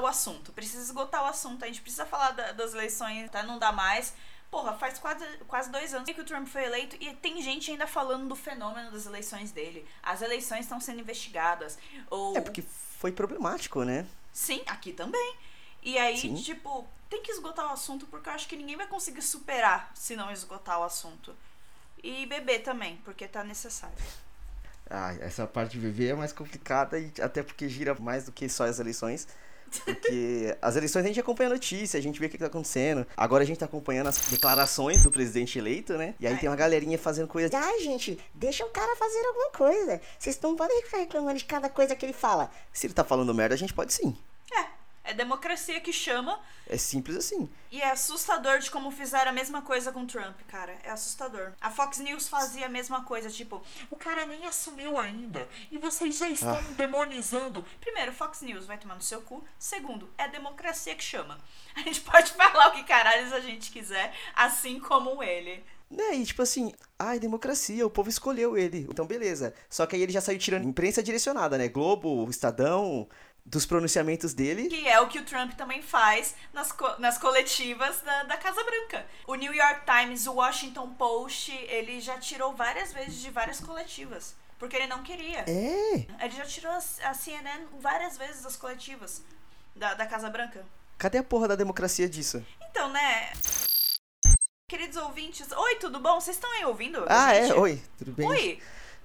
assunto. Precisa esgotar o assunto. A gente precisa falar das eleições, tá? Não dá mais. Porra, faz quase 2 anos que o Trump foi eleito e tem gente ainda falando do fenômeno das eleições dele. As eleições estão sendo investigadas. Porque foi problemático, né? Sim, aqui também. E aí, Sim. tipo, tem que esgotar o assunto porque eu acho que ninguém vai conseguir superar se não esgotar o assunto. E beber também, porque tá necessário. Essa parte de beber é mais complicada, e até porque gira mais do que só as eleições. Porque as eleições a gente acompanha a notícia, a gente vê o que tá acontecendo. Agora a gente tá acompanhando as declarações do presidente eleito, né? E aí tem uma galerinha fazendo coisa. Gente, deixa o cara fazer alguma coisa. Vocês não podem ficar reclamando de cada coisa que ele fala. Se ele tá falando merda, a gente pode sim. É democracia que chama. É simples assim. E é assustador de como fizeram a mesma coisa com Trump, cara. É assustador. A Fox News fazia a mesma coisa, tipo... O cara nem assumiu ainda. E vocês já estão demonizando. Primeiro, Fox News vai tomar no seu cu. Segundo, é democracia que chama. A gente pode falar o que caralhos a gente quiser, assim como ele. E tipo assim, democracia, o povo escolheu ele. Então beleza. Só que aí ele já saiu tirando imprensa direcionada, né? Globo, Estadão... dos pronunciamentos dele. Que é o que o Trump também faz nas coletivas da Casa Branca. O New York Times, o Washington Post, ele já tirou várias vezes de várias coletivas. Porque ele não queria. Ele já tirou a CNN várias vezes das coletivas da Casa Branca. Cadê a porra da democracia disso? Então, né... Queridos ouvintes, oi, tudo bom? Vocês estão aí ouvindo? Oi, tudo bem? Oi.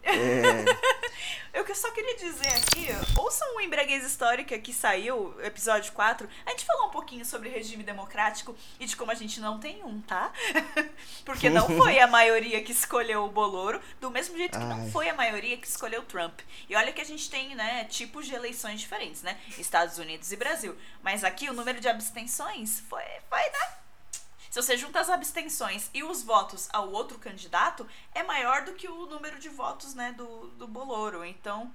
Eu só queria dizer aqui, ouçam o Embriaguez Histórica que saiu, episódio 4. A gente falou um pouquinho sobre regime democrático e de como a gente não tem um, tá? Porque não foi a maioria que escolheu o Boloro, do mesmo jeito que não foi a maioria que escolheu o Trump. E olha que a gente tem, né, tipos de eleições diferentes, né? Estados Unidos e Brasil. Mas aqui o número de abstenções foi, né? Se você junta as abstenções e os votos ao outro candidato, é maior do que o número de votos, né, do Boloro. Então,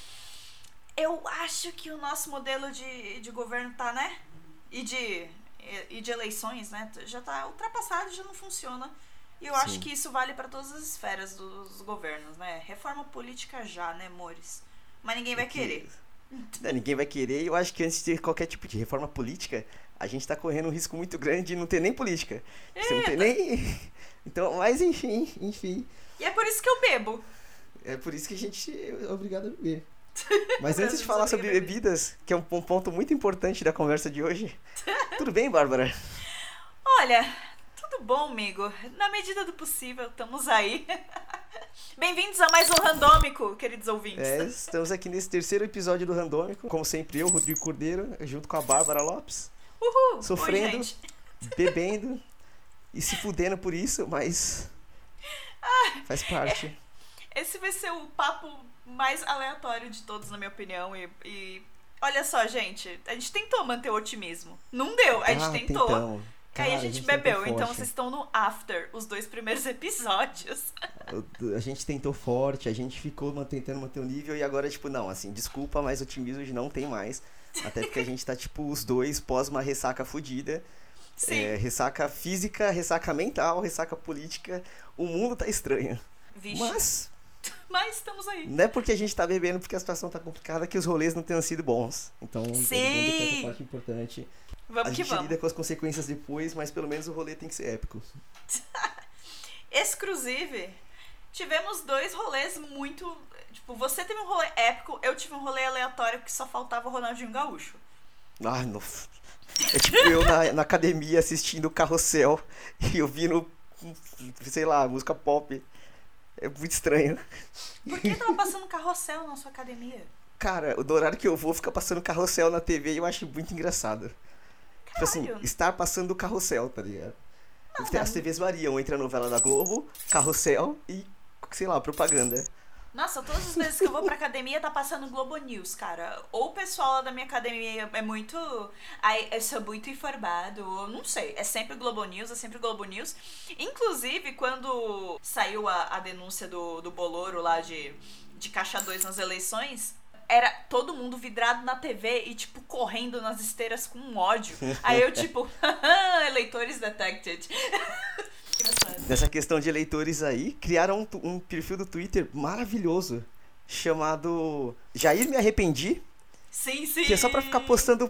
eu acho que o nosso modelo de governo tá, né, e de eleições, né, já tá ultrapassado, já não funciona. E eu acho que isso vale para todas as esferas dos governos, né? Reforma política já, né, amores? Mas ninguém vai querer. Ninguém vai querer, e eu acho que antes de ter qualquer tipo de reforma política, a gente tá correndo um risco muito grande de não ter nem política. Você não tem nem... Então, mas enfim. E é por isso que eu bebo. É por isso que a gente é obrigado a beber. Mas antes de falar sobre bebidas, que é um ponto muito importante da conversa de hoje. Tudo bem, Bárbara? Olha, tudo bom, amigo. Na medida do possível, estamos aí. Bem-vindos a mais um Randômico, queridos ouvintes. Estamos aqui nesse terceiro episódio do Randômico. Como sempre, eu, Rodrigo Cordeiro, junto com a Bárbara Lopes. Uhul! Sofrendo, Oi, bebendo e se fudendo por isso, mas faz parte. Esse vai ser o papo mais aleatório de todos, na minha opinião. E olha só, gente, a gente tentou manter o otimismo. Não deu, a gente tentou. Tentamos. Aí a gente bebeu, então vocês estão no after, os 2 primeiros episódios. A gente tentou forte, a gente ficou tentando manter o nível e agora, tipo, não, assim, desculpa, mas otimismo hoje não tem mais. Até porque a gente tá, tipo, os dois pós uma ressaca fodida. Ressaca física, ressaca mental, ressaca política. O mundo tá estranho. Vixe. Mas estamos aí. Não é porque a gente tá bebendo porque a situação tá complicada que os rolês não tenham sido bons. Então, essa parte importante. Vamos a que gente vamos. lida com as consequências depois, mas pelo menos o rolê tem que ser épico. Exclusive, tivemos 2 rolês muito... Tipo, você teve um rolê épico, eu tive um rolê aleatório que só faltava o Ronaldinho Gaúcho. Nossa. É tipo eu na academia assistindo o Carrossel e ouvindo, sei lá, música pop. É muito estranho. Por que tava passando Carrossel na sua academia? Cara, do horário que eu vou, fica passando Carrossel na TV e eu acho muito engraçado. Tipo assim, estar passando o Carrossel, tá ligado? As TVs variam entre a novela da Globo, Carrossel e, sei lá, propaganda. Nossa, todas as vezes que eu vou pra academia tá passando Globo News, cara. Ou o pessoal lá da minha academia é muito... eu sou muito informado, ou não sei. É sempre Globo News, Inclusive, quando saiu a denúncia do Boloro lá de Caixa 2 nas eleições... Era todo mundo vidrado na TV e, tipo, correndo nas esteiras com um ódio. Aí eu, tipo, eleitores detected. Nessa questão de eleitores aí, criaram um perfil do Twitter maravilhoso, chamado Jair Me Arrependi. Sim. Que é só pra ficar postando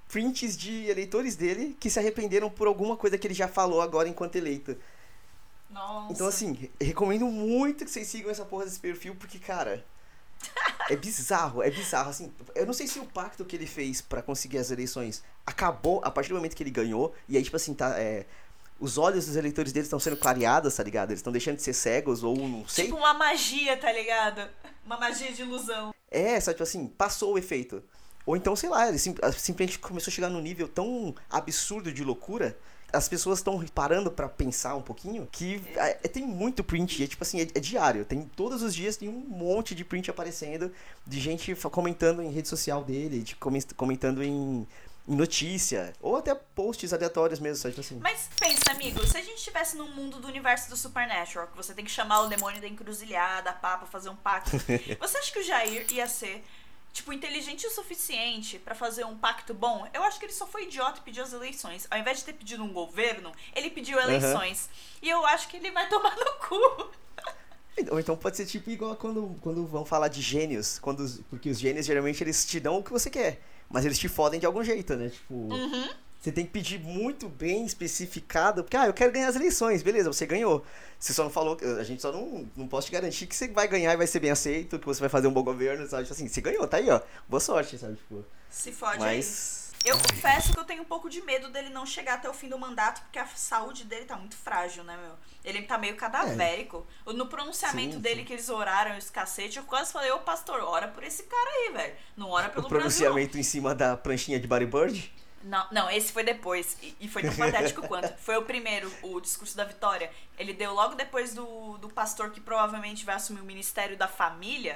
prints de eleitores dele que se arrependeram por alguma coisa que ele já falou agora enquanto eleito. Nossa. Então, assim, recomendo muito que vocês sigam essa porra desse perfil, porque, cara, é bizarro, assim. Eu não sei se o pacto que ele fez pra conseguir as eleições acabou a partir do momento que ele ganhou, e aí, tipo assim, os olhos dos eleitores dele estão sendo clareados, tá ligado? Eles estão deixando de ser cegos, ou não sei. Tipo uma magia, tá ligado? Uma magia de ilusão. Só tipo assim, passou o efeito. Ou então, sei lá, ele simplesmente começou a chegar num nível tão absurdo de loucura, as pessoas estão parando pra pensar um pouquinho, que tem muito print, tipo assim, é diário. Todos os dias tem um monte de print aparecendo, de gente comentando em rede social dele, comentando em notícia, ou até posts aleatórios mesmo, sabe, tipo assim. Mas pensa, amigo, se a gente estivesse num mundo do universo do Supernatural, que você tem que chamar o demônio da encruzilhada, a papa, fazer um pacto, você acha que o Jair ia ser, tipo, inteligente o suficiente pra fazer um pacto bom? Eu acho que ele só foi idiota e pediu as eleições. Ao invés de ter pedido um governo, ele pediu eleições. E eu acho que ele vai tomar no cu. Ou então pode ser tipo igual quando vão falar de gênios, porque os gênios geralmente eles te dão o que você quer, mas eles te fodem de algum jeito, né? Tipo, você tem que pedir muito bem especificado, porque, eu quero ganhar as eleições, beleza, você ganhou. Você só não falou, a gente só não pode te garantir que você vai ganhar e vai ser bem aceito, que você vai fazer um bom governo, sabe? Tipo assim, você ganhou, tá aí, ó, boa sorte, sabe? Tipo, se fode aí. Eu confesso que eu tenho um pouco de medo dele não chegar até o fim do mandato, porque a saúde dele tá muito frágil, né, meu? Ele tá meio cadavérico. No pronunciamento dele, que eles oraram esse cacete, eu quase falei, ô pastor, ora por esse cara aí, velho. Não ora pelo Brasil. O pronunciamento Brasil, em cima da pranchinha de Barry Bird? Não, esse foi depois. E foi tão patético quanto. Foi o primeiro, o discurso da vitória. Ele deu logo depois do pastor que provavelmente vai assumir o Ministério da Família.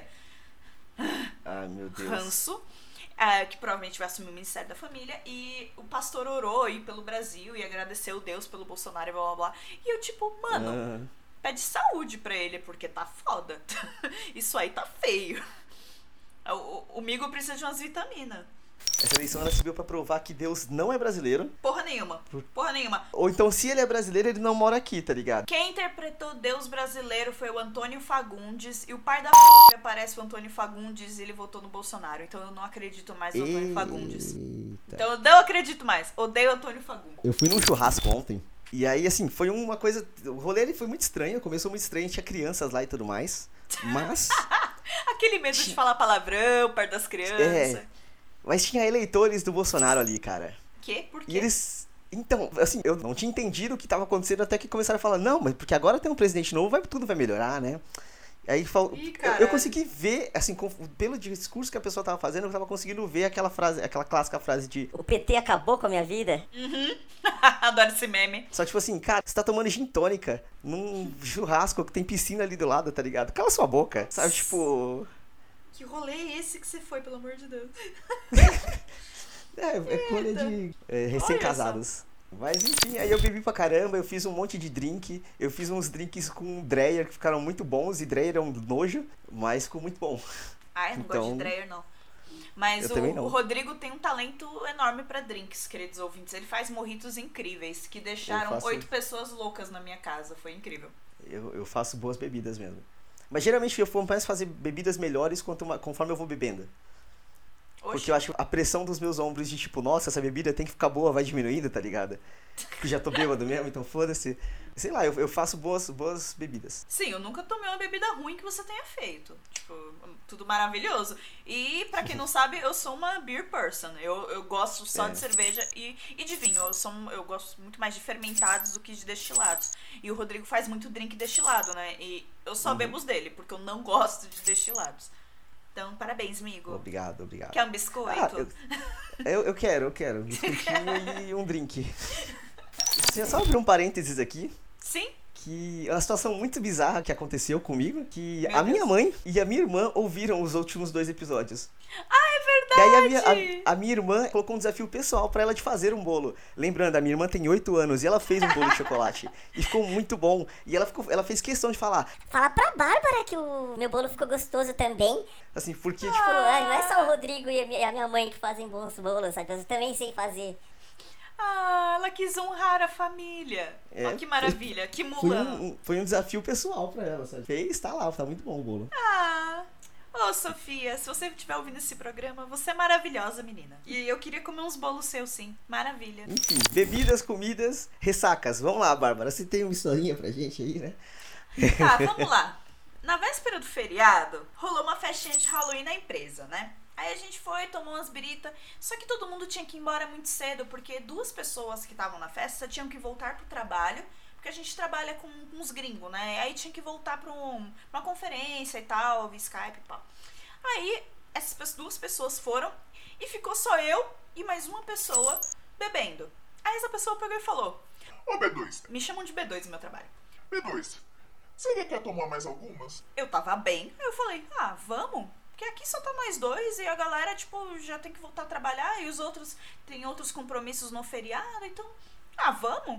Ai, meu Deus. Ranço. Que provavelmente vai assumir o Ministério da Família, e o pastor orou aí pelo Brasil e agradeceu Deus pelo Bolsonaro e blá blá blá. E eu tipo, mano, pede saúde pra ele, porque tá foda. Isso aí tá feio. O Migo precisa de umas vitaminas. Essa eleição ela serviu pra provar que Deus não é brasileiro. Porra nenhuma. Ou então, se ele é brasileiro, ele não mora aqui, tá ligado? Quem interpretou Deus brasileiro foi o Antônio Fagundes. E o pai da parece o Antônio Fagundes e ele votou no Bolsonaro. Então eu não acredito mais no Antônio Fagundes. Então eu não acredito mais. Odeio o Antônio Fagundes. Eu fui num churrasco ontem. E aí, assim, foi uma coisa... O rolê ele foi muito estranho. Começou muito estranho. Tinha crianças lá e tudo mais. Mas... Aquele medo de falar palavrão perto das crianças. Mas tinha eleitores do Bolsonaro ali, cara. Quê? Por quê? E eles... Então, assim, eu não tinha entendido o que tava acontecendo até que começaram a falar, não, mas porque agora tem um presidente novo, tudo vai melhorar, né? Aí eu consegui ver, assim, pelo discurso que a pessoa tava fazendo, eu tava conseguindo ver aquela clássica frase de... O PT acabou com a minha vida? Adoro esse meme. Só que, tipo assim, cara, você tá tomando gin tônica num churrasco que tem piscina ali do lado, tá ligado? Cala sua boca, sabe? Tipo... Que rolê é esse que você foi, pelo amor de Deus? É coisa de recém-casados. Mas enfim, aí eu bebi pra caramba, eu fiz um monte de drink, eu fiz uns drinks com Dreyer que ficaram muito bons, e Dreyer é um nojo, mas ficou muito bom. Eu não gosto de Dreyer, não. Mas o Rodrigo tem um talento enorme pra drinks, queridos ouvintes. Ele faz mojitos incríveis, que deixaram 8 pessoas loucas na minha casa, foi incrível. Eu faço boas bebidas mesmo. Mas geralmente eu começo a fazer bebidas melhores conforme eu vou bebendo. Porque eu acho que a pressão dos meus ombros de tipo, nossa, essa bebida tem que ficar boa, vai diminuindo, tá ligado? Porque já tô bêbado mesmo, então foda-se. Sei lá, eu faço boas bebidas. Sim, eu nunca tomei uma bebida ruim que você tenha feito. Tipo, tudo maravilhoso. E pra quem não sabe, eu sou uma beer person. Eu gosto só de cerveja e de vinho. Eu gosto muito mais de fermentados do que de destilados. E o Rodrigo faz muito drink destilado, né? E eu só bebo os dele, porque eu não gosto de destilados. Então, parabéns, amigo. Obrigado. Quer um biscoito? Eu quero. Um biscoitinho e um drink. Você só abrir um parênteses aqui. Sim. Que é uma situação muito bizarra que aconteceu comigo. Que minha mãe e a minha irmã ouviram os últimos 2 episódios. É verdade! E aí a minha irmã colocou um desafio pessoal pra ela de fazer um bolo. Lembrando, a minha irmã tem 8 anos e ela fez um bolo de chocolate. E ficou muito bom. E ela fez questão de falar. Fala pra Bárbara que o meu bolo ficou gostoso também. Assim, porque, tipo, não é só o Rodrigo e a minha mãe que fazem bons bolos, sabe? Eu também sei fazer. Ela quis honrar a família. Olha que maravilha, que mulã. Foi um desafio pessoal pra ela, sabe? Fez, tá lá, tá muito bom o bolo. Ô, Sofia, se você estiver ouvindo esse programa, você é maravilhosa, menina. E eu queria comer uns bolos seus, sim. Maravilha. Enfim, bebidas, comidas, ressacas. Vamos lá, Bárbara. Você tem uma historinha pra gente aí, né? Tá, vamos lá. Na véspera do feriado, rolou uma festinha de Halloween na empresa, né? Aí a gente foi, tomou umas birita, só que todo mundo tinha que ir embora muito cedo, porque 2 pessoas que estavam na festa tinham que voltar pro trabalho, porque a gente trabalha com uns gringos, né? Aí tinha que voltar pra uma conferência e tal, via Skype e tal. Aí essas 2 pessoas foram e ficou só eu e mais uma pessoa bebendo. Aí essa pessoa pegou e falou: Ô, B2, me chamam de B2 no meu trabalho. B2, você ainda quer tomar mais algumas? Eu tava bem, aí eu falei: vamos? Porque aqui só tá nós 2 e a galera, tipo, já tem que voltar a trabalhar e os outros têm outros compromissos no feriado, então, vamos?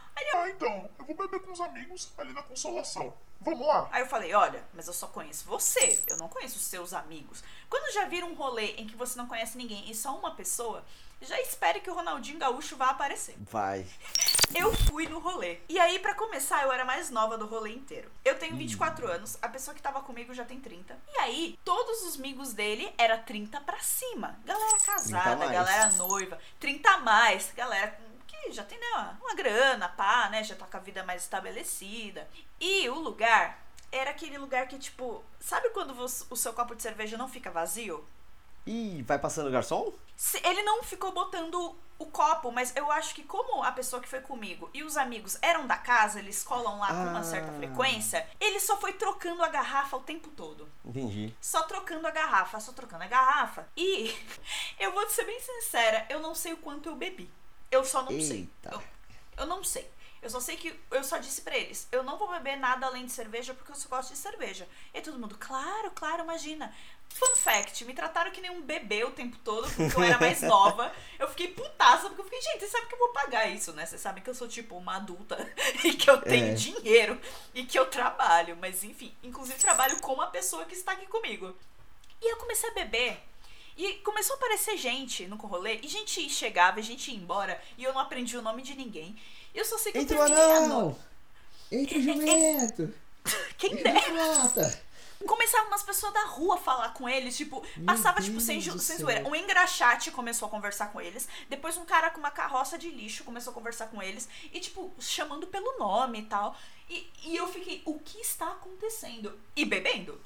Então, eu vou beber com os amigos ali na Consolação. Vamos lá? Aí eu falei: olha, mas eu só conheço você, eu não conheço os seus amigos. Quando já vira um rolê em que você não conhece ninguém e só uma pessoa, já espere que o Ronaldinho Gaúcho vá aparecer. Vai. Eu fui no rolê. E aí, pra começar, eu era mais nova do rolê inteiro. Eu tenho 24 anos, a pessoa que tava comigo já tem 30. E aí, todos os amigos dele era 30 pra cima. Galera casada, galera noiva, 30 a mais, galera que já tem, né, uma grana, pá, né, já tá com a vida mais estabelecida. E o lugar era aquele lugar que, tipo, sabe quando o seu copo de cerveja não fica vazio? Ih, vai passando o garçom? Ele não ficou botando o copo, mas eu acho que como a pessoa que foi comigo e os amigos eram da casa, eles colam lá com uma certa frequência, ele só foi trocando a garrafa o tempo todo. Entendi. Só trocando a garrafa, só trocando a garrafa. E eu vou ser bem sincera, eu não sei o quanto eu bebi. Eu só não sei. Eu não sei. Eu só sei que eu só disse pra eles: eu não vou beber nada além de cerveja porque eu só gosto de cerveja. E todo mundo: claro, imagina. Fun fact, me trataram que nem um bebê o tempo todo, porque eu era mais nova. Eu fiquei putaça, porque eu fiquei: gente, vocês sabem que eu vou pagar isso, né? Vocês sabem que eu sou, tipo, uma adulta e que eu tenho dinheiro e que eu trabalho. Mas, enfim, inclusive trabalho com uma pessoa que está aqui comigo. E eu comecei a beber. E começou a aparecer gente no rolê, e gente chegava, e gente ia embora, e eu não aprendi o nome de ninguém. Eu só sei que Entra eu terminei o a anão! noite. Entra o jumento! Quem Entra dera? a prata! Começavam umas pessoas da rua falar com eles, tipo, passava, tipo, sem zoeira. Um engraxate começou a conversar com eles, depois um cara com uma carroça de lixo começou a conversar com eles, e, tipo, chamando pelo nome e tal. E eu fiquei: o que está acontecendo? E bebendo.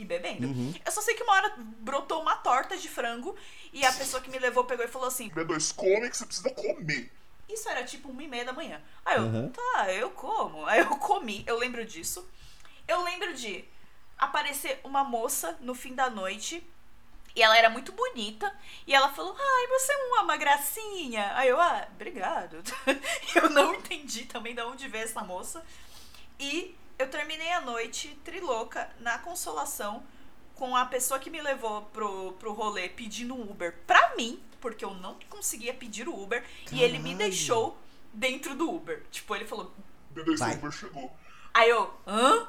Eu só sei que uma hora brotou uma torta de frango, e a pessoa que me levou pegou e falou assim: B2, come que você precisa comer. isso era tipo 1h30 da manhã. Aí eu, tá, eu como. Aí eu comi, eu lembro disso. Eu lembro de aparecer uma moça no fim da noite, e ela era muito bonita, e ela falou: ai, você é uma gracinha. Aí eu: obrigado. Eu não entendi também de onde veio essa moça. E eu terminei a noite trilouca na Consolação, com a pessoa que me levou pro rolê pedindo um Uber pra mim, porque eu não conseguia pedir o Uber. Caralho. E ele me deixou dentro do Uber. Tipo, ele falou: B2, seu Uber chegou. Aí eu: hã?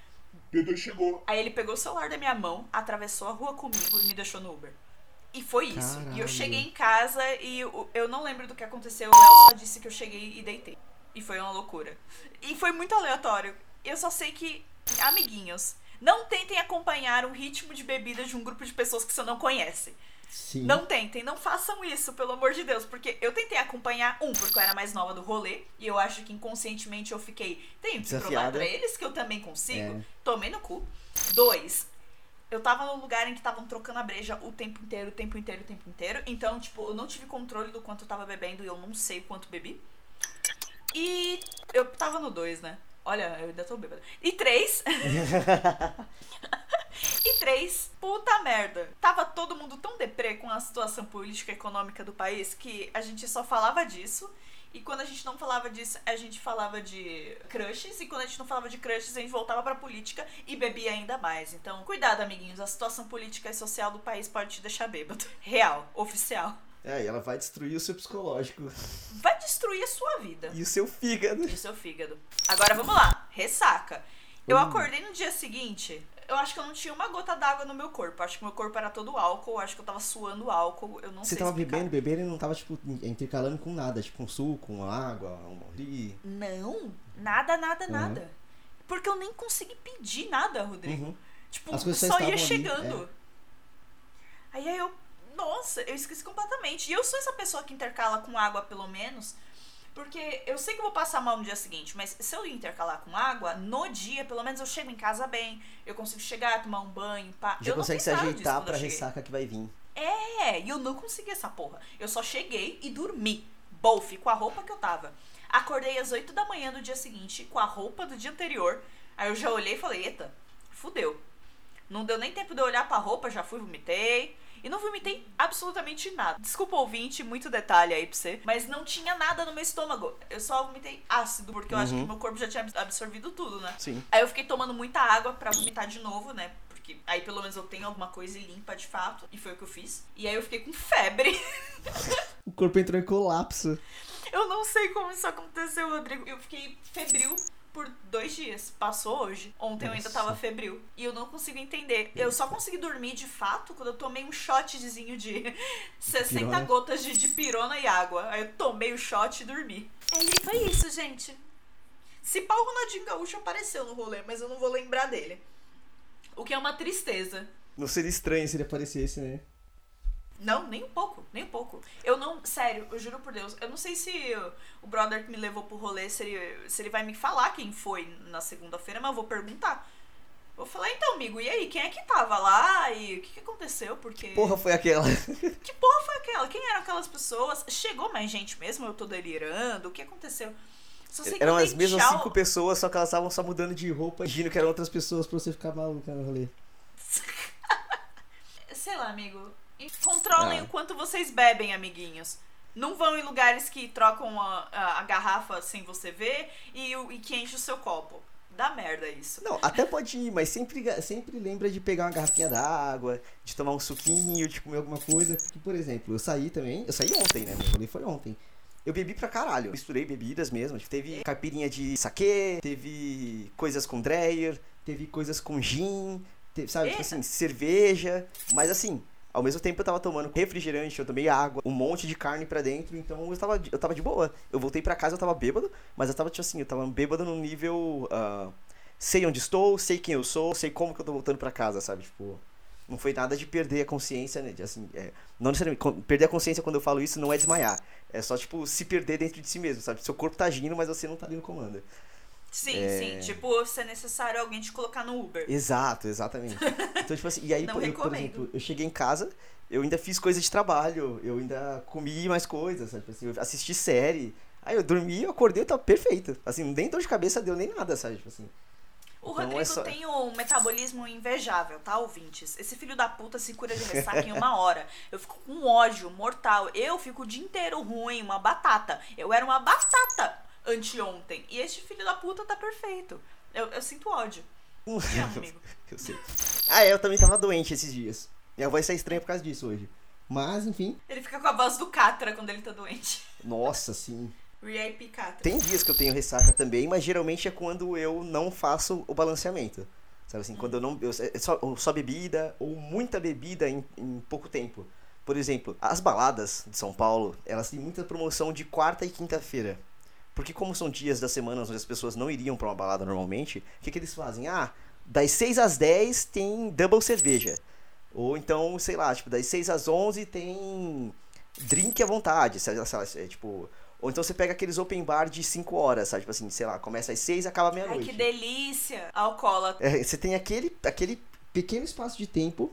B2 chegou. Aí ele pegou o celular da minha mão, atravessou a rua comigo e me deixou no Uber. E foi isso. Caralho. E eu cheguei em casa e eu não lembro do que aconteceu. O Léo só disse que eu cheguei e deitei. E foi uma loucura. E foi muito aleatório. Eu só sei que, amiguinhos, não tentem acompanhar o ritmo de bebida de um grupo de pessoas que você não conhece. Sim. Não tentem, não façam isso, pelo amor de Deus. Porque eu tentei acompanhar, porque eu era mais nova do rolê, e eu acho que inconscientemente eu fiquei: tenho que provar pra eles que eu também consigo. Tomei no cu. 2, eu tava num lugar em que estavam trocando a breja o tempo inteiro. Então, tipo, eu não tive controle do quanto eu tava bebendo, e eu não sei o quanto bebi. E eu tava no 2, né? Olha, eu ainda tô bêbada. E 3... puta merda. Tava todo mundo tão deprê com a situação política e econômica do país que a gente só falava disso. E quando a gente não falava disso, a gente falava de crushes. E quando a gente não falava de crushes, a gente voltava pra política e bebia ainda mais. Então, cuidado, amiguinhos. A situação política e social do país pode te deixar bêbado. Real, oficial. E ela vai destruir o seu psicológico. Vai destruir a sua vida. E o seu fígado. Agora vamos lá. Ressaca. Eu acordei no dia seguinte, eu acho que eu não tinha uma gota d'água no meu corpo. Acho que meu corpo era todo álcool, acho que eu tava suando álcool, eu não sei. Você tava explicar. bebendo e não tava, tipo, intercalando com nada, tipo um suco, uma água, um molly. Não, nada. Porque eu nem consegui pedir nada, Rodrigo. Tipo, As coisas só estavam ia ali, chegando. Aí eu, nossa, eu esqueci completamente. E eu sou essa pessoa que intercala com água, pelo menos, porque eu sei que eu vou passar mal no dia seguinte, mas se eu intercalar com água, no dia, pelo menos eu chego em casa bem, eu consigo chegar, tomar um banho, pá. Já eu consegue se não fiz nada disso ajeitar quando pra eu cheguei. ressaca que vai vir. E eu não consegui essa porra. Eu só cheguei e dormi. Bofe, com a roupa que eu tava. Acordei às 8 da manhã do dia seguinte, com a roupa do dia anterior. Aí eu já olhei e falei, eita, fudeu. Não deu nem tempo de eu olhar pra roupa, já fui, vomitei. E não vomitei absolutamente nada. Desculpa, ouvinte, muito detalhe aí pra você. Mas não tinha nada no meu estômago. Eu só vomitei ácido, porque eu acho que meu corpo já tinha absorvido tudo, né? Sim. Aí eu fiquei tomando muita água pra vomitar de novo, né? Porque aí pelo menos eu tenho alguma coisa limpa de fato. E foi o que eu fiz. E aí eu fiquei com febre. O corpo entrou em colapso. Eu não sei como isso aconteceu, Rodrigo. Eu fiquei febril por 2 dias. Passou hoje. Ontem eu ainda tava febril. E eu não consigo entender. Eu só consegui dormir de fato quando eu tomei um shotzinho de 60 pirona. gotas de pirona e água. Aí eu tomei o shot e dormi. E foi isso, gente. Se pá, o Ronaldinho Gaúcho apareceu no rolê, mas eu não vou lembrar dele. O que é uma tristeza. Não seria estranho se ele aparecesse, né? Não, nem um pouco, nem um pouco. Eu não, sério, eu juro por Deus, eu não sei se o brother que me levou pro rolê, se ele vai me falar quem foi na segunda-feira, mas eu vou perguntar. Vou falar, então, amigo, e aí, quem é que tava lá? E o que aconteceu? Porque... Porra, foi aquela. Que porra foi aquela? Quem eram aquelas pessoas? Chegou mais gente mesmo? Eu tô delirando? O que aconteceu? Só sei que Eram eu dei as mesmas tchau. 5 pessoas, só que elas estavam só mudando de roupa, fingindo que eram outras pessoas pra você ficar maluca no rolê. Sei lá, amigo. Controlem o quanto vocês bebem, amiguinhos. Não vão em lugares que trocam a garrafa sem você ver e que enche o seu copo. Dá merda isso. Não, até pode ir, mas sempre lembra de pegar uma garrafinha d'água, de tomar um suquinho, de comer alguma coisa. Porque, por exemplo, eu saí ontem, né? Meu rolê foi ontem. Eu bebi pra caralho. Misturei bebidas mesmo. Teve caipirinha de saquê, teve coisas com dreyer, teve coisas com gin, sabe? Tipo assim, cerveja. Mas assim, ao mesmo tempo eu tava tomando refrigerante, eu tomei água, um monte de carne pra dentro, então eu tava de boa. Eu voltei pra casa, eu tava bêbado, mas eu tava tipo assim, eu tava bêbado num nível... sei onde estou, sei quem eu sou, sei como que eu tô voltando pra casa, sabe? Tipo... Não foi nada de perder a consciência, né? Assim, não necessariamente. Perder a consciência quando eu falo isso não é desmaiar. É só, tipo, se perder dentro de si mesmo, sabe? Seu corpo tá agindo, mas você não tá ali no comando. Sim, sim. Tipo, se é necessário alguém te colocar no Uber. Exato, exatamente. Então, tipo assim, e aí, Não por recomendo. exemplo, eu cheguei em casa, eu ainda fiz coisa de trabalho, eu ainda comi mais coisas, sabe? Assim, eu assisti série. Aí eu dormi, eu acordei, eu tava perfeito. Assim, nem dor de cabeça deu nem nada, sabe? Tipo assim. O Então, Rodrigo tem um metabolismo invejável, tá, ouvintes? Esse filho da puta se cura de ressaca em 1 hora. Eu fico com ódio mortal. Eu fico o dia inteiro ruim, uma batata. Eu era uma batata anteontem. E este filho da puta tá perfeito. Eu sinto ódio. Te amo, amigo. Eu sei. Eu também tava doente esses dias. Minha voz tá estranha por causa disso hoje. Mas, enfim. Ele fica com a voz do Catra quando ele tá doente. Nossa, sim. R.I.P. Catra. Tem dias que eu tenho ressaca também, mas geralmente é quando eu não faço o balanceamento. Sabe assim, quando eu não. Só bebida ou muita bebida em pouco tempo. Por exemplo, as baladas de São Paulo, elas têm muita promoção de quarta e quinta-feira. Porque como são dias da semana onde as pessoas não iriam pra uma balada normalmente, o que eles fazem? Das 6 às 10 tem double cerveja. Ou então, sei lá, tipo, das 6 às 11 tem drink à vontade. Tipo... Ou então você pega aqueles open bar de 5 horas, sabe? Tipo assim, sei lá, começa às 6 e acaba Ai, meia-noite. que delícia. Alcoólatra. Você tem aquele pequeno espaço de tempo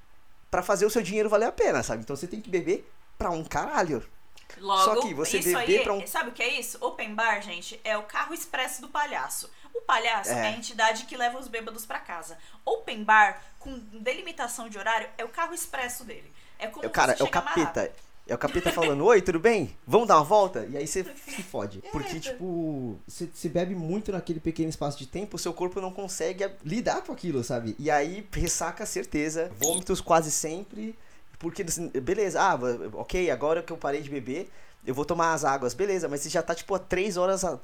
pra fazer o seu dinheiro valer a pena, sabe? Então você tem que beber pra um caralho. Logo, Só que você isso beber aí, pra um... sabe o que é isso? Open bar, gente, é o carro expresso do palhaço. O palhaço é a entidade que leva os bêbados pra casa. Open bar, com delimitação de horário, é o carro expresso dele. É como Cara, você é o chega mais rápido. capeta. É o capeta falando, oi, tudo bem? Vamos dar uma volta? E aí você se fode. Porque, tipo, você bebe muito naquele pequeno espaço de tempo, o seu corpo não consegue lidar com aquilo, sabe? E aí, ressaca, certeza. Vômitos quase sempre. Porque, beleza, ok, agora que eu parei de beber, eu vou tomar as águas. Beleza, mas você já tá, tipo, há 3,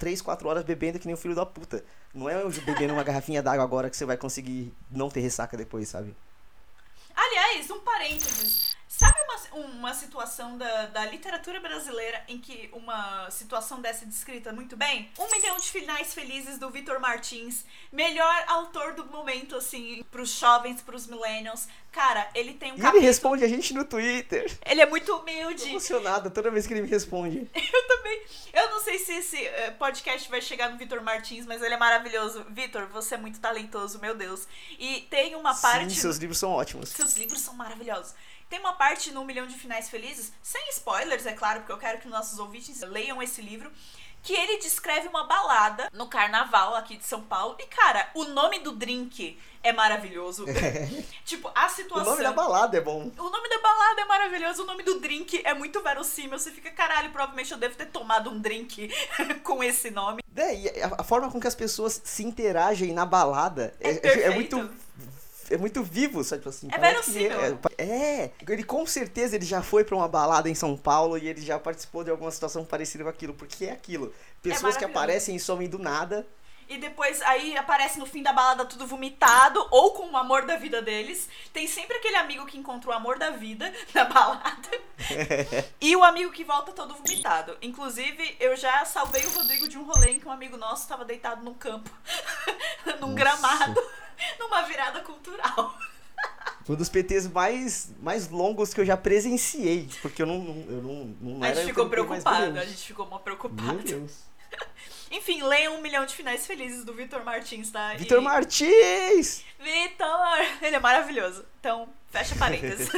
4 horas bebendo que nem um filho da puta. Não é eu bebendo uma garrafinha d'água agora que você vai conseguir não ter ressaca depois, sabe? Aliás, um parênteses. Sabe uma situação da literatura brasileira em que uma situação dessa é descrita muito bem? 1 Milhão de Finais Felizes, do Vitor Martins. Melhor autor do momento, assim, pros jovens, pros millennials. Cara, ele tem um E capítulo... ele responde a gente no Twitter. Ele é muito Tô humilde. emocionado toda vez que ele me responde. Eu também. Eu não sei se esse podcast vai chegar no Vitor Martins, mas ele é maravilhoso. Vitor, você é muito talentoso, meu Deus. E tem uma parte... Sim, seus livros são ótimos. Seus livros são maravilhosos. Tem uma parte no 1 Milhão de Finais Felizes, sem spoilers, é claro, porque eu quero que nossos ouvintes leiam esse livro, que ele descreve uma balada no carnaval aqui de São Paulo. E, cara, o nome do drink é maravilhoso. Tipo, a O situação... nome da balada é bom. O nome da balada é maravilhoso, o nome do drink é muito verossímil. Você fica, caralho, provavelmente eu devo ter tomado um drink com esse nome. E a forma com que as pessoas se interagem na balada é perfeito. É muito vivo, sabe? Tipo assim, É parece que verossímil. ele com certeza ele já foi pra uma balada em São Paulo e ele já participou de alguma situação parecida com aquilo, porque é aquilo. Pessoas que maravilhoso. aparecem e somem do nada. E depois aí aparece no fim da balada tudo vomitado, ou com o amor da vida deles. Tem sempre aquele amigo que encontra o amor da vida na balada. E o amigo que volta todo vomitado. Inclusive, eu já salvei o Rodrigo de um rolê em que um amigo nosso estava deitado num campo, num gramado, numa virada cultural. Foi um dos PTs mais longos que eu já presenciei, porque eu não A era... gente ficou o PT mais preocupado, brilhante. a gente ficou mó Meu preocupado. Deus. Enfim, leiam 1 Milhão de Finais Felizes, do Vitor Martins, tá? Vitor Martins! Vitor! Ele é maravilhoso. Então, fecha parênteses.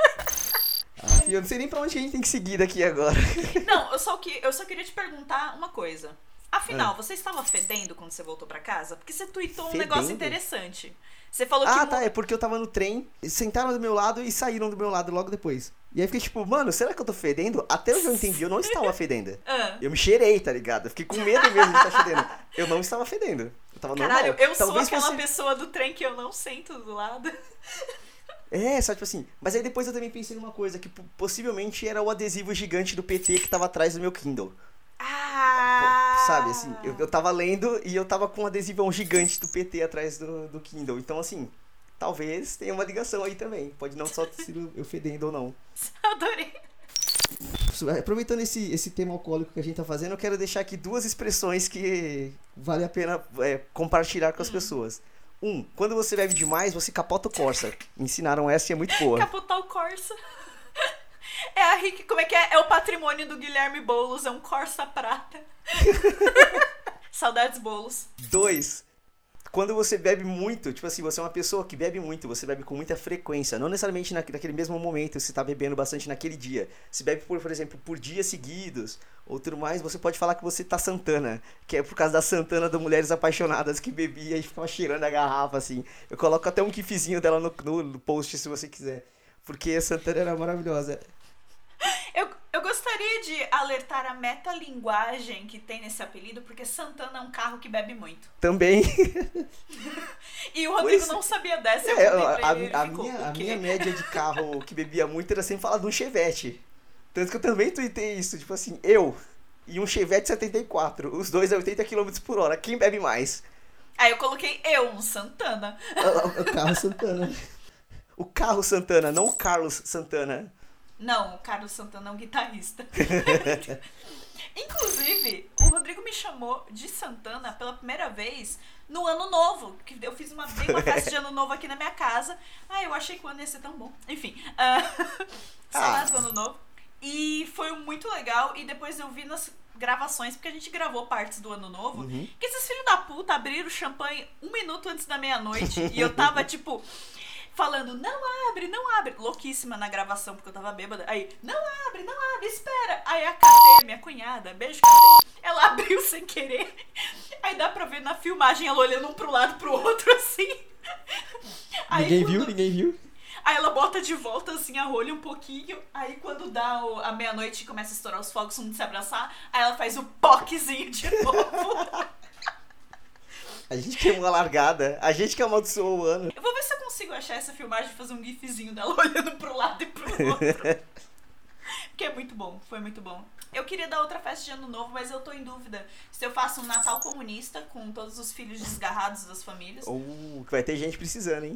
Eu não sei nem pra onde que a gente tem que seguir daqui agora. Não, eu só queria te perguntar uma coisa. Afinal, você estava fedendo quando você voltou pra casa? Porque você tweetou um Fedendo? negócio interessante. Você falou que... Tá, é porque eu tava no trem, sentaram do meu lado e saíram do meu lado logo depois. E aí fiquei tipo, mano, será que eu tô fedendo? Até onde eu entendi, eu não estava fedendo. Eu me cheirei, tá ligado? Eu fiquei com medo mesmo de estar fedendo. Eu não estava fedendo. Eu tava Caralho, normal. eu sou Talvez aquela fosse- pessoa do trem que eu não sento do lado. Só tipo assim. Mas aí depois eu também pensei numa coisa, que possivelmente era o adesivo gigante do PT que tava atrás do meu Kindle. Sabe, assim, eu tava lendo e eu tava com um adesivão gigante do PT atrás do Kindle. Então, assim, talvez tenha uma ligação aí também. Pode não só ter sido eu fedendo ou não. Adorei. Aproveitando esse tema alcoólico que a gente tá fazendo, eu quero deixar aqui 2 expressões que vale a pena compartilhar com as pessoas. Quando você bebe demais, você capota o Corsa. Me ensinaram essa e é muito boa. Capotar o Corsa. É a Rick, como é que é? É o patrimônio do Guilherme Boulos, é um Corsa prata. Saudades Boulos. 2, quando você bebe muito, tipo assim, você é uma pessoa que bebe muito, você bebe com muita frequência, não necessariamente naquele mesmo momento, você tá bebendo bastante naquele dia. Se bebe, por exemplo, por dias seguidos, ou tudo mais, você pode falar que você tá Santana, que é por causa da Santana da Mulheres Apaixonadas, que bebia e ficava cheirando a garrafa, assim. Eu coloco até um gifzinho dela no post, se você quiser, porque a Santana era maravilhosa. Eu gostaria de alertar a metalinguagem que tem nesse apelido, porque Santana é um carro que bebe muito. Também. E o Rodrigo Pois- não sabia dessa, eu contei pra ele, a ele ficou, minha "O quê?" minha média de carro que bebia muito era sempre falar de um Chevette. Tanto que eu também tuitei isso, tipo assim, eu e um Chevette 74, os dois a 80 km por hora, quem bebe mais? Aí eu coloquei um Santana. O carro Santana. O carro Santana, não o Carlos Santana. Não, o Carlos Santana é um guitarrista. Inclusive, o Rodrigo me chamou de Santana pela primeira vez no Ano Novo. Que eu dei uma festa de Ano Novo aqui na minha casa. Eu achei que o ano ia ser tão bom. Enfim, saudades do Ano Novo. E foi muito legal. E depois eu vi nas gravações, porque a gente gravou partes do Ano Novo, que esses filhos da puta abriram o champanhe 1 minuto antes da meia-noite. E eu tava, tipo... falando, não abre, louquíssima na gravação, porque eu tava bêbada. Aí, não abre, espera. Aí a Katê, minha cunhada, beijo Katê, ela abriu sem querer. Aí dá pra ver na filmagem ela olhando um pro lado e pro outro, assim. Aí, Ninguém viu. Aí ela bota de volta, assim, a rolha um pouquinho. Aí quando dá a meia-noite e começa a estourar os fogos, todo mundo se abraçar, aí ela faz o poquezinho de novo. A gente queimou a largada, a gente que amaldiçoou o ano. Eu vou ver se eu consigo achar essa filmagem e fazer um gifzinho dela olhando pro lado e pro outro. Porque é muito bom, foi muito bom. Eu queria dar outra festa de Ano Novo, mas eu tô em dúvida se eu faço um Natal comunista com todos os filhos desgarrados das famílias. Que vai ter gente precisando, hein?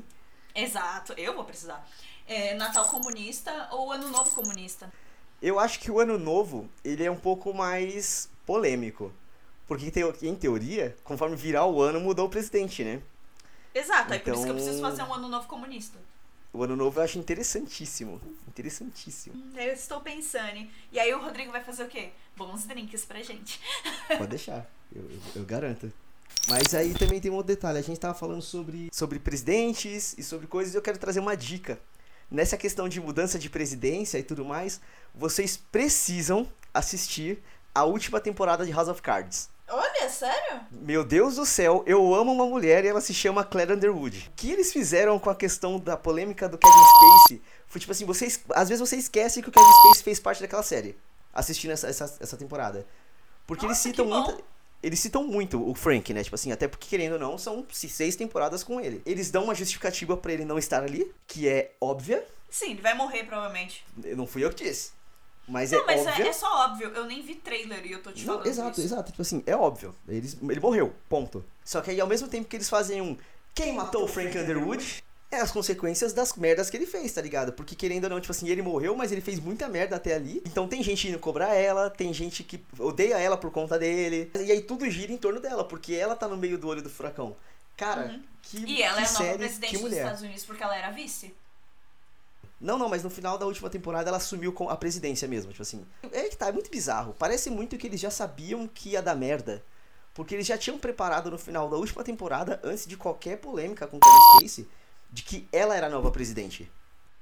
Exato, eu vou precisar. Natal comunista ou Ano Novo comunista? Eu acho que o Ano Novo, ele é um pouco mais polêmico. Porque, em teoria, conforme virar o ano, mudou o presidente, né? Exato, é por isso que eu Então- preciso fazer um Ano Novo comunista. O Ano Novo eu acho interessantíssimo. Interessantíssimo. Eu estou pensando. E aí o Rodrigo vai fazer o quê? Bons drinks pra gente. Pode deixar, eu garanto. Mas aí também tem um outro detalhe. A gente tava falando sobre presidentes e sobre coisas, e eu quero trazer uma dica. Nessa questão de mudança de presidência e tudo mais, vocês precisam assistir a última temporada de House of Cards. Olha, sério? Meu Deus do céu, eu amo uma mulher e ela se chama Claire Underwood. O que eles fizeram com a questão da polêmica do Kevin Spacey foi tipo assim, às vezes você esquece que o Kevin Spacey fez parte daquela série, assistindo essa temporada. Porque Nossa, eles citam que bom. muito. Eles citam muito o Frank, né? Tipo assim, até porque, querendo ou não, são 6 temporadas com ele. Eles dão uma justificativa pra ele não estar ali, que é óbvia. Sim, ele vai morrer provavelmente. Não fui eu que disse. Mas Não, mas óbvia. é só óbvio. Eu nem vi trailer e eu tô te Não, falando exato, isso. exato. Tipo assim, é óbvio. Ele morreu, ponto. Só que aí, ao mesmo tempo que eles fazem quem matou o Frank Underwood, é as consequências das merdas que ele fez, tá ligado? Porque querendo ou não, tipo assim, ele morreu, mas ele fez muita merda até ali. Então tem gente indo cobrar ela, tem gente que odeia ela por conta dele. E aí tudo gira em torno dela, porque ela tá no meio do olho do furacão. Cara, E ela que é a nova série, presidente que dos mulher. Estados Unidos porque ela era vice? Não, mas no final da última temporada ela assumiu a presidência mesmo, tipo assim. É que tá, é muito bizarro. Parece muito que eles já sabiam que ia dar merda. Porque eles já tinham preparado no final da última temporada, antes de qualquer polêmica com Kevin Spacey, de que ela era a nova presidente.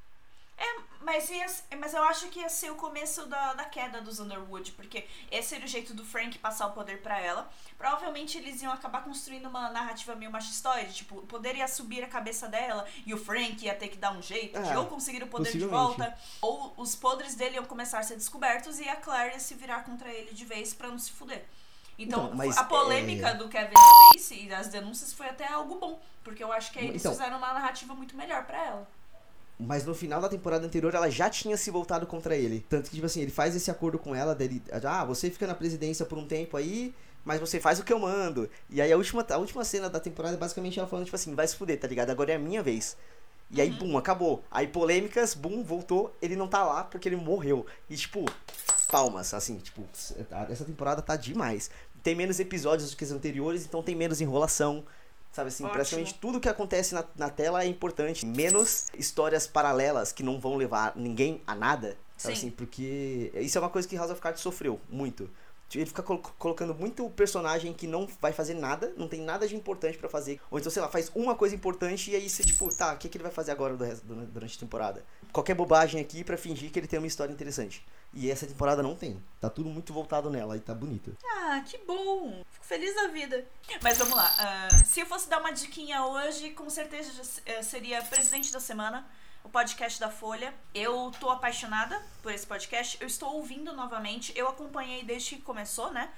Mas eu acho que ia ser o começo da queda dos Underwood, porque esse era o jeito do Frank passar o poder pra ela. Provavelmente eles iam acabar construindo uma narrativa meio machistóide, tipo, o poder ia subir a cabeça dela e o Frank ia ter que dar um jeito de ou conseguir o poder de volta, ou os podres dele iam começar a ser descobertos e a Claire ia se virar contra ele de vez pra não se fuder. Então mas a polêmica do Kevin Spacey e as denúncias foi até algo bom, porque eu acho que aí eles fizeram uma narrativa muito melhor pra ela. Mas no final da temporada anterior ela já tinha se voltado contra ele. Tanto que, tipo assim, ele faz esse acordo com ela dele. Você fica na presidência por um tempo aí, mas você faz o que eu mando. E aí a última cena da temporada é basicamente ela falando, tipo assim, vai se fuder, tá ligado? Agora é a minha vez. E aí, bum, acabou. Aí polêmicas, bum, voltou. Ele não tá lá porque ele morreu. E tipo, palmas, assim, tipo, essa temporada tá demais. Tem menos episódios do que as anteriores, então tem menos enrolação. Sabe assim, praticamente tudo que acontece na tela é importante. Menos histórias paralelas que não vão levar ninguém a nada. Sabe assim, porque isso é uma coisa que House of Cards sofreu muito. Ele fica colocando muito personagem que não vai fazer nada, não tem nada de importante pra fazer. Ou então, sei lá, faz uma coisa importante e aí você, tipo, tá, o que ele vai fazer agora durante a temporada? Qualquer bobagem aqui pra fingir que ele tem uma história interessante. E essa temporada não tem. Tá tudo muito voltado nela e tá bonito. Ah, que bom. Fico feliz da vida. Mas vamos lá. Se eu fosse dar uma diquinha hoje, com certeza seria Presidente da Semana, o podcast da Folha. Eu tô apaixonada por esse podcast. Eu estou ouvindo novamente. Eu acompanhei desde que começou, né?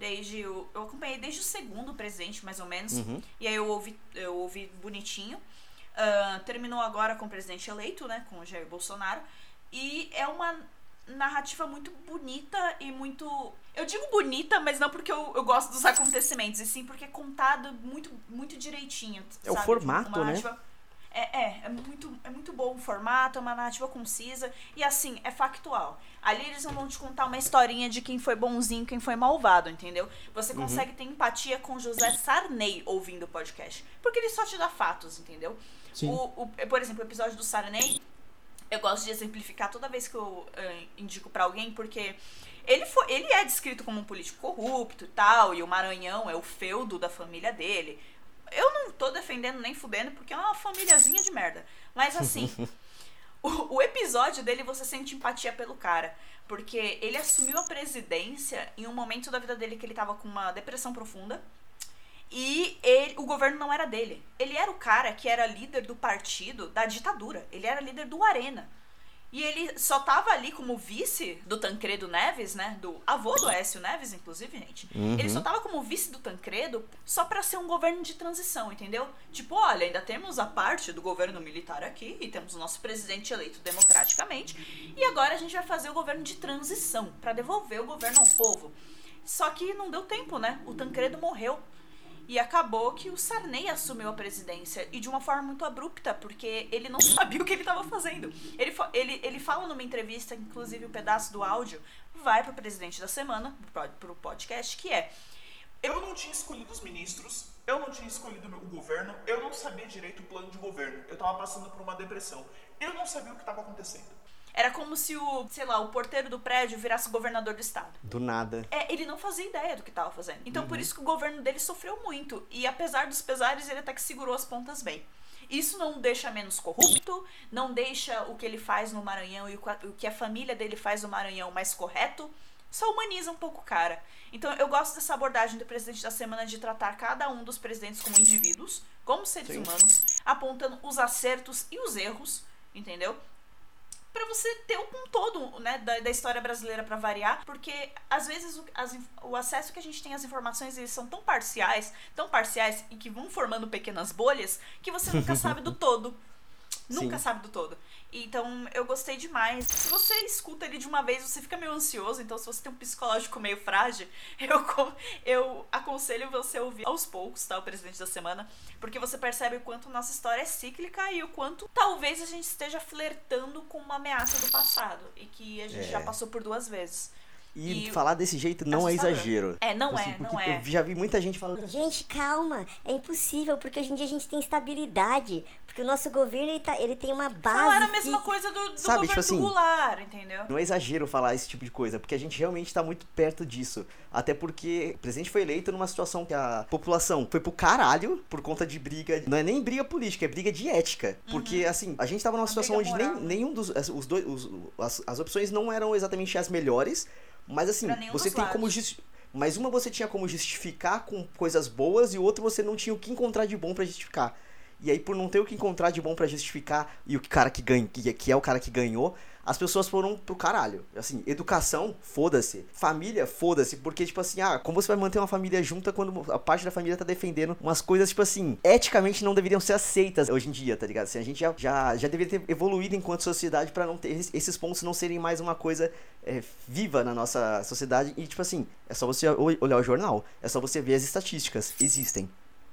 Eu acompanhei desde o segundo presidente, mais ou menos. E aí eu ouvi bonitinho. Terminou agora com o presidente eleito, né? Com o Jair Bolsonaro. E é uma narrativa muito bonita e muito... Eu digo bonita, mas não porque eu gosto dos acontecimentos, e sim porque é contado muito, muito direitinho. É o formato, né? É muito bom o formato, é uma narrativa concisa e assim, é factual. Ali eles não vão te contar uma historinha de quem foi bonzinho, quem foi malvado, entendeu? Você consegue ter empatia com José Sarney ouvindo o podcast, porque ele só te dá fatos, entendeu? Sim. Por exemplo, o episódio do Sarney, eu gosto de exemplificar toda vez que eu indico pra alguém, porque ele é descrito como um político corrupto e tal, e o Maranhão é o feudo da família dele. Eu não tô defendendo nem fudendo, porque é uma famíliazinha de merda. Mas assim, o episódio dele você sente empatia pelo cara. Porque ele assumiu a presidência em um momento da vida dele que ele tava com uma depressão profunda. E o governo não era dele. Ele era o cara que era líder do partido da ditadura. Ele era líder do Arena. E ele só tava ali como vice do Tancredo Neves, né? Do avô do Aécio Neves, inclusive, gente. Ele só tava como vice do Tancredo só pra ser um governo de transição, entendeu? Tipo, olha, ainda temos a parte do governo militar aqui e temos o nosso presidente eleito democraticamente. E agora a gente vai fazer o governo de transição pra devolver o governo ao povo. Só que não deu tempo, né? O Tancredo morreu. E acabou que o Sarney assumiu a presidência, e de uma forma muito abrupta, porque ele não sabia o que ele estava fazendo. Ele fala numa entrevista, inclusive um pedaço do áudio, vai pro presidente da semana, pro podcast, que é: eu não tinha escolhido os ministros, eu não tinha escolhido o governo, eu não sabia direito o plano de governo, eu tava passando por uma depressão, eu não sabia o que estava acontecendo. Era como se o porteiro do prédio virasse governador do estado. Do nada. Ele não fazia ideia do que estava fazendo. Então, por isso que o governo dele sofreu muito. E apesar dos pesares, ele até que segurou as pontas bem. Isso não o deixa menos corrupto, não deixa o que ele faz no Maranhão e o que a família dele faz no Maranhão mais correto. Só humaniza um pouco o cara. Então, eu gosto dessa abordagem do presidente da semana de tratar cada um dos presidentes como indivíduos, como seres humanos, apontando os acertos e os erros, entendeu? Pra você ter um todo, né, da história brasileira pra variar, porque às vezes o acesso que a gente tem às informações, eles são tão parciais e que vão formando pequenas bolhas que você nunca sabe do todo. Nunca sabe do todo. Então, eu gostei demais. Se você escuta ele de uma vez, você fica meio ansioso. Então, se você tem um psicológico meio frágil, eu aconselho você ouvir aos poucos, tá? O presidente da semana. Porque você percebe o quanto nossa história é cíclica e o quanto talvez a gente esteja flertando com uma ameaça do passado. E que a gente já passou por 2 vezes. E falar desse jeito não é exagero. Não não é. Eu já vi muita gente falando... Gente, calma, é impossível, porque hoje em dia a gente tem estabilidade, porque o nosso governo, ele tem uma base... Não era a mesma coisa do sabe, governo tipo assim, do Goulart, entendeu? Não é exagero falar esse tipo de coisa, porque a gente realmente tá muito perto disso. Até porque o presidente foi eleito numa situação que a população foi pro caralho por conta de briga... Não é nem briga política, é briga de ética. Porque, assim, a gente tava numa situação onde nenhum dos... As opções não eram exatamente as melhores... Mas assim, você tem como mas uma você tinha como justificar com coisas boas e outra você não tinha o que encontrar de bom pra justificar. E aí, por não ter o que encontrar de bom pra justificar e o cara que ganha, que é o cara que ganhou, as pessoas foram pro caralho. Assim, educação, foda-se. Família, foda-se. Porque, tipo assim, como você vai manter uma família junta quando a parte da família tá defendendo umas coisas, tipo assim, eticamente não deveriam ser aceitas hoje em dia, tá ligado? Assim, a gente já deveria ter evoluído enquanto sociedade pra não ter esses pontos não serem mais uma coisa viva na nossa sociedade. E, tipo assim, é só você olhar o jornal. É só você ver as estatísticas. Existem.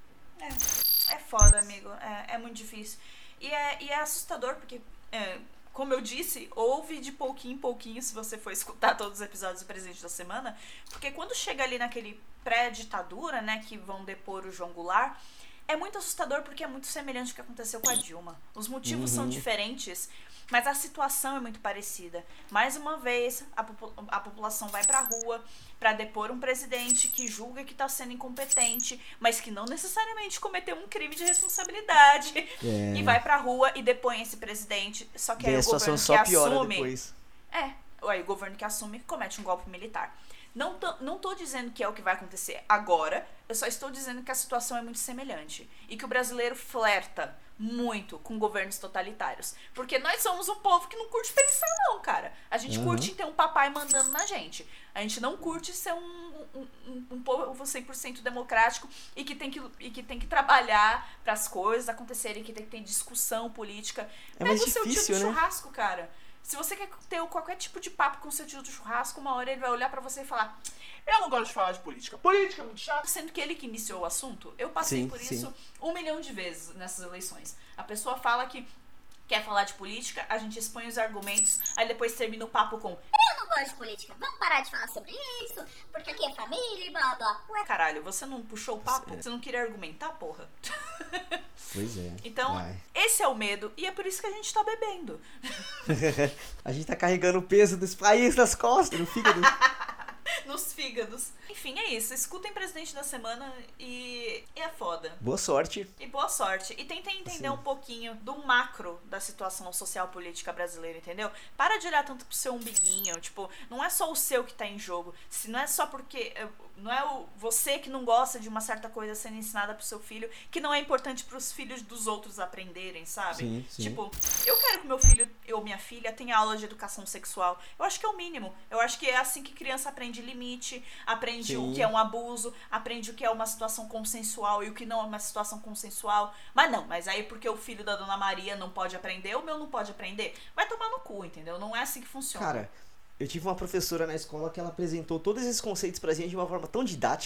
É foda, amigo. É muito difícil. E é assustador, porque... como eu disse, ouve de pouquinho em pouquinho se você for escutar todos os episódios do Presidente da Semana, porque quando chega ali naquele pré-ditadura, né, que vão depor o João Goulart, é muito assustador porque é muito semelhante ao que aconteceu com a Dilma. Os motivos são diferentes, mas a situação é muito parecida. Mais uma vez, a população vai pra rua pra depor um presidente que julga que tá sendo incompetente, mas que não necessariamente cometeu um crime de responsabilidade. E vai pra rua e depõe esse presidente. Só que aí o governo que assume... depois. Aí o governo que assume comete um golpe militar. Não tô dizendo que é o que vai acontecer agora, eu só estou dizendo que a situação é muito semelhante. E que o brasileiro flerta muito com governos totalitários. Porque nós somos um povo que não curte pensar não, cara. A gente curte ter um papai mandando na gente. A gente não curte ser um povo 100% democrático e que tem que trabalhar para as coisas acontecerem, que tem que ter discussão política. Pega mais o seu difícil, tio do né? churrasco, cara. Se você quer ter qualquer tipo de papo com o seu tio do churrasco, uma hora ele vai olhar pra você e falar: eu não gosto de falar de política. Política é muito chato. Sendo que ele que iniciou o assunto, eu passei por isso 1 milhão de vezes nessas eleições. A pessoa fala que quer falar de política, a gente expõe os argumentos, aí depois termina o papo com: eu não gosto de política, vamos parar de falar sobre isso, porque aqui é família e blá blá. Ué, caralho, você não puxou o papo? Você não queria argumentar, porra? Pois é. Então, esse é o medo, e é por isso que a gente tá bebendo. A gente tá carregando o peso desse país nas costas, no fígado. Nos fígados. Enfim, é isso. Escutem Presidente da Semana e é foda. Boa sorte. E boa sorte. E tentem entender um pouquinho do macro da situação social política brasileira, entendeu? Para de olhar tanto pro seu umbiguinho. Tipo, não é só o seu que tá em jogo. Se não é só porque... Não é você que não gosta de uma certa coisa sendo ensinada pro seu filho, que não é importante pros filhos dos outros aprenderem, sabe? Sim. Tipo, eu quero que meu filho ou minha filha tenha aula de educação sexual. Eu acho que é o mínimo. Eu acho que é assim que criança aprende limite, aprende o que é um abuso, aprende o que é uma situação consensual e o que não é uma situação consensual. Mas aí porque o filho da Dona Maria não pode aprender, o meu não pode aprender. Vai tomar no cu, entendeu? Não é assim que funciona. Cara, eu tive uma professora na escola que ela apresentou todos esses conceitos pra gente de uma forma tão didática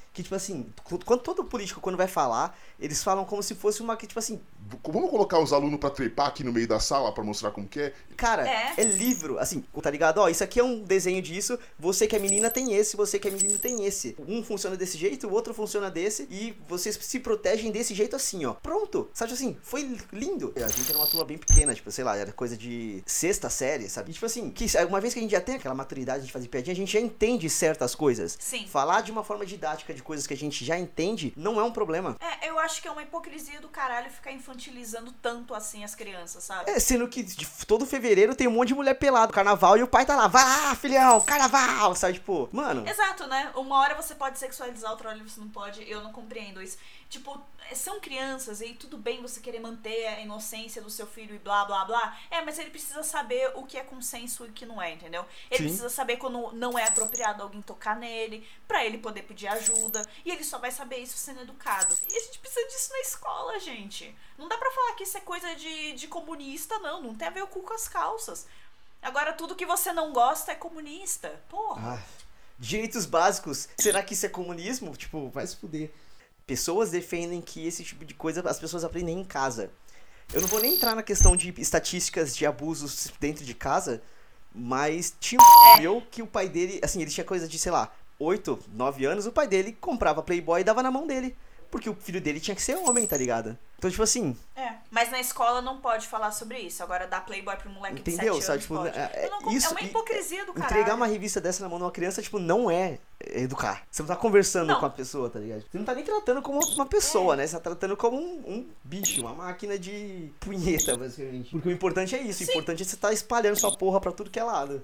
que, tipo assim, quando todo político, quando vai falar, eles falam como se fosse uma, que, tipo assim... Vamos colocar os alunos pra trepar aqui no meio da sala pra mostrar como que é? Cara, é livro, assim, tá ligado? Ó, isso aqui é um desenho disso, você que é menina tem esse, você que é menino tem esse. Um funciona desse jeito, o outro funciona desse, e vocês se protegem desse jeito assim, ó. Pronto, sabe assim, foi lindo. A gente era uma turma bem pequena, tipo, sei lá, era coisa de 6ª série, sabe? E, tipo assim, uma vez que a gente já tem aquela maturidade de fazer piadinha, a gente já entende certas coisas. Sim. Falar de uma forma didática de coisas que a gente já entende não é um problema. Eu acho que é uma hipocrisia do caralho ficar infantilizando tanto assim as crianças, sabe? Sendo que todo fevereiro tem um monte de mulher pelada, carnaval, e o pai tá lá, vai lá, filhão, carnaval, sabe? Tipo, mano... Exato, né? Uma hora você pode sexualizar, outra hora você não pode, eu não compreendo isso. Tipo, são crianças e tudo bem você querer manter a inocência do seu filho e blá, blá, blá. Mas ele precisa saber o que é consenso e o que não é, entendeu? Ele precisa saber quando não é apropriado alguém tocar nele, pra ele poder pedir ajuda. E ele só vai saber isso sendo educado. E a gente precisa disso na escola, gente. Não dá pra falar que isso é coisa de comunista, não. Não tem a ver o cu com as calças. Agora, tudo que você não gosta é comunista. Porra. Direitos básicos. Será que isso é comunismo? Tipo, vai se fuder. Pessoas defendem que esse tipo de coisa as pessoas aprendem em casa. Eu não vou nem entrar na questão de estatísticas de abusos dentro de casa, mas tinha um meu que o pai dele, assim, ele tinha coisa de, sei lá, 8, 9 anos, o pai dele comprava Playboy e dava na mão dele. Porque o filho dele tinha que ser homem, tá ligado? Então, tipo assim... Mas na escola não pode falar sobre isso. Agora, dar Playboy pro moleque de 7 anos, sabe? Tipo, pode. É uma hipocrisia do caralho. Entregar uma revista dessa na mão de uma criança, tipo, não é educar. Você não tá conversando com a pessoa, tá ligado? Você não tá nem tratando como uma pessoa, né? Você tá tratando como um bicho, uma máquina de punheta, basicamente. Porque o importante é isso. O importante é você tá espalhando sua porra pra tudo que é lado.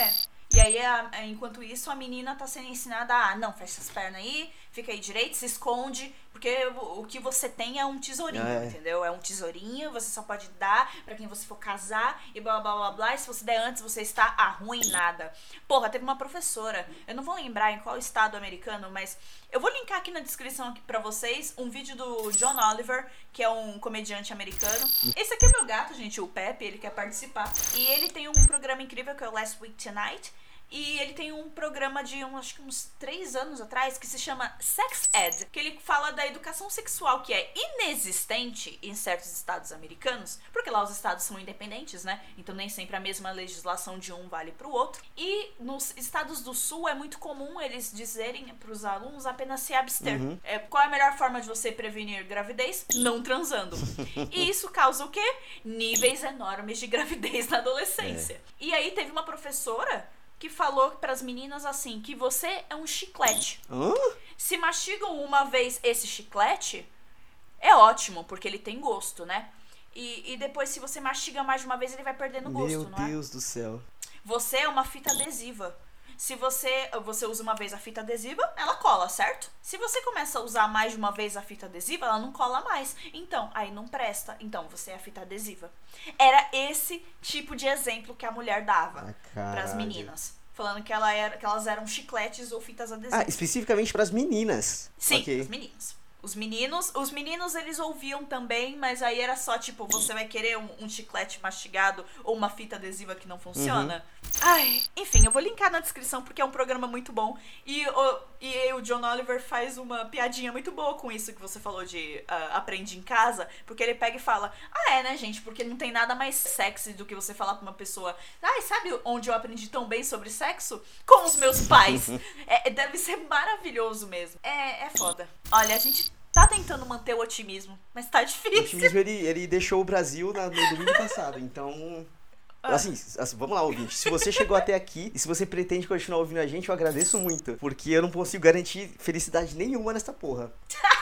E aí, enquanto isso, a menina tá sendo ensinada a, não, fecha as pernas aí, fica aí direito, se esconde, porque o que você tem é um tesourinho, entendeu? É um tesourinho, você só pode dar pra quem você for casar e blá, blá, blá, blá, e se você der antes, você está arruinada. Porra, teve uma professora, eu não vou lembrar em qual estado americano, mas eu vou linkar aqui na descrição aqui pra vocês um vídeo do John Oliver, que é um comediante americano. Esse aqui é meu gato, gente, o Pepe, ele quer participar. E ele tem um programa incrível que é o Last Week Tonight. E ele tem um programa de acho que uns 3 anos atrás que se chama Sex Ed, que ele fala da educação sexual que é inexistente em certos estados americanos, porque lá os estados são independentes, né? Então nem sempre a mesma legislação de um vale pro outro. E nos estados do sul é muito comum eles dizerem pros alunos apenas se abster. Qual é a melhor forma de você prevenir gravidez? Não transando. E isso causa o quê? Níveis enormes de gravidez na adolescência. E aí teve uma professora que falou pras meninas assim, que você é um chiclete. Se mastigam uma vez esse chiclete, é ótimo, porque ele tem gosto, né? E depois, se você mastiga mais de uma vez, ele vai perdendo gosto, não é? Meu Deus do céu. Você é uma fita adesiva. Se você usa uma vez a fita adesiva, ela cola, certo? Se você começa a usar mais de uma vez a fita adesiva, ela não cola mais. Então, aí não presta. Então, você é a fita adesiva. Era esse tipo de exemplo que a mulher dava pras meninas. Falando que elas eram chicletes ou fitas adesivas. Especificamente pras meninas. Sim, as meninas. Os meninos, eles ouviam também, mas aí era só, tipo, você vai querer um chiclete mastigado ou uma fita adesiva que não funciona? Enfim, eu vou linkar na descrição porque é um programa muito bom. E o John Oliver faz uma piadinha muito boa com isso que você falou de aprende em casa, porque ele pega e fala, né, gente, porque não tem nada mais sexy do que você falar pra uma pessoa, sabe onde eu aprendi tão bem sobre sexo? Com os meus pais. Deve ser maravilhoso mesmo. É foda. Olha, a gente tá tentando manter o otimismo, mas tá difícil. O otimismo, ele deixou o Brasil no domingo passado, então... Assim, vamos lá, ouvinte. Se você chegou até aqui e se você pretende continuar ouvindo a gente, eu agradeço muito, porque eu não consigo garantir felicidade nenhuma nessa porra.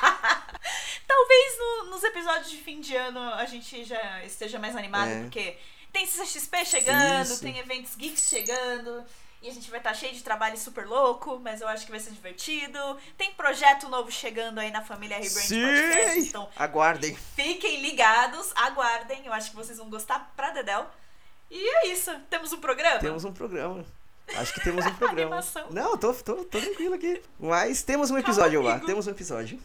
Talvez nos episódios de fim de ano a gente já esteja mais animado, porque tem CCXP chegando, tem eventos geeks chegando... E a gente vai estar cheio de trabalho super louco, mas eu acho que vai ser divertido. Tem projeto novo chegando aí na família Rebrand Podcast. Então, aguardem. Fiquem ligados, aguardem. Eu acho que vocês vão gostar pra dedéu. E é isso. Temos um programa? Temos um programa. Acho que temos um programa. Animação. Não, tô tranquilo aqui. Mas temos um episódio lá. Temos um episódio.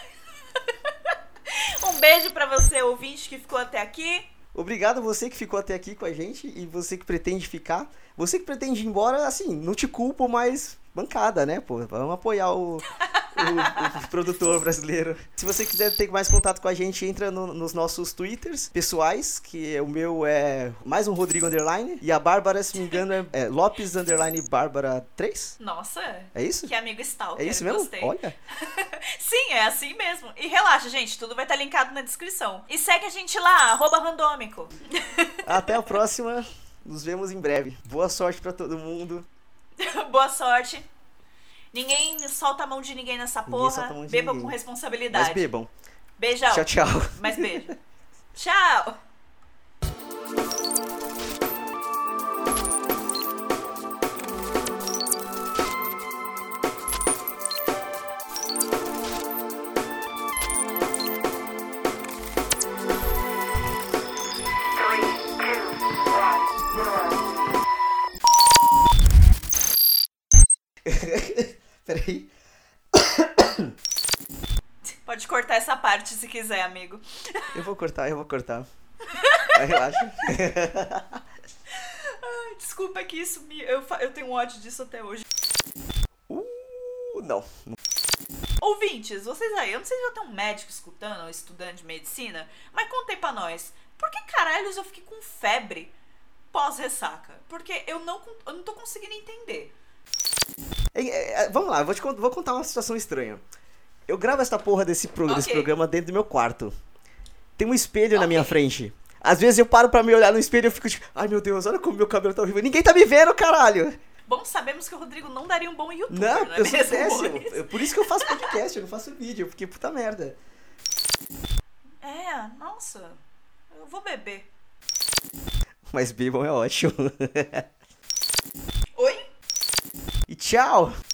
Um beijo pra você, ouvinte, que ficou até aqui. Obrigado a você que ficou até aqui com a gente e você que pretende ficar. Você que pretende ir embora, assim, não te culpo, mas bancada, né, pô? Vamos apoiar o o produtor brasileiro. Se você quiser ter mais contato com a gente, entra nos nossos Twitters pessoais, que o meu é mais um Rodrigo Underline, e a Bárbara, se me engano, é Lopes Underline Bárbara 3. Nossa. É isso? Que amigo stalker. É isso mesmo? Gostei. Olha. Sim, é assim mesmo. E relaxa, gente, tudo vai estar linkado na descrição. E segue a gente lá, @randômico. Até a próxima. Nos vemos em breve. Boa sorte pra todo mundo. Boa sorte. Ninguém solta a mão de ninguém nessa Ninguém porra. solta a mão de Bebam ninguém. com responsabilidade. Mas bebam. Beijão. Tchau, tchau. Mas beijo. Tchau. Peraí. Pode cortar essa parte se quiser, amigo. Eu vou cortar. Vai, relaxa. Ai, desculpa que isso eu tenho ódio disso até hoje. Não. Ouvintes, vocês aí, eu não sei se já tem um médico escutando, um estudante de medicina, mas contem pra nós, por que caralhos eu fiquei com febre pós-ressaca? Porque eu não tô conseguindo entender. Vamos lá, vou contar uma situação estranha. Eu gravo essa porra desse programa dentro do meu quarto. Tem um espelho na minha frente. Às vezes eu paro pra me olhar no espelho e eu fico tipo, ai meu Deus, olha como meu cabelo tá horrível. Ninguém tá me vendo, caralho. Bom, sabemos que o Rodrigo não daria um bom youtuber, Não, não é eu sou mesmo, péssimo. Boris? Por isso que eu faço podcast, eu não faço vídeo, porque puta merda. Nossa, eu vou beber. Mas bebam é ótimo. Oi? E tchau!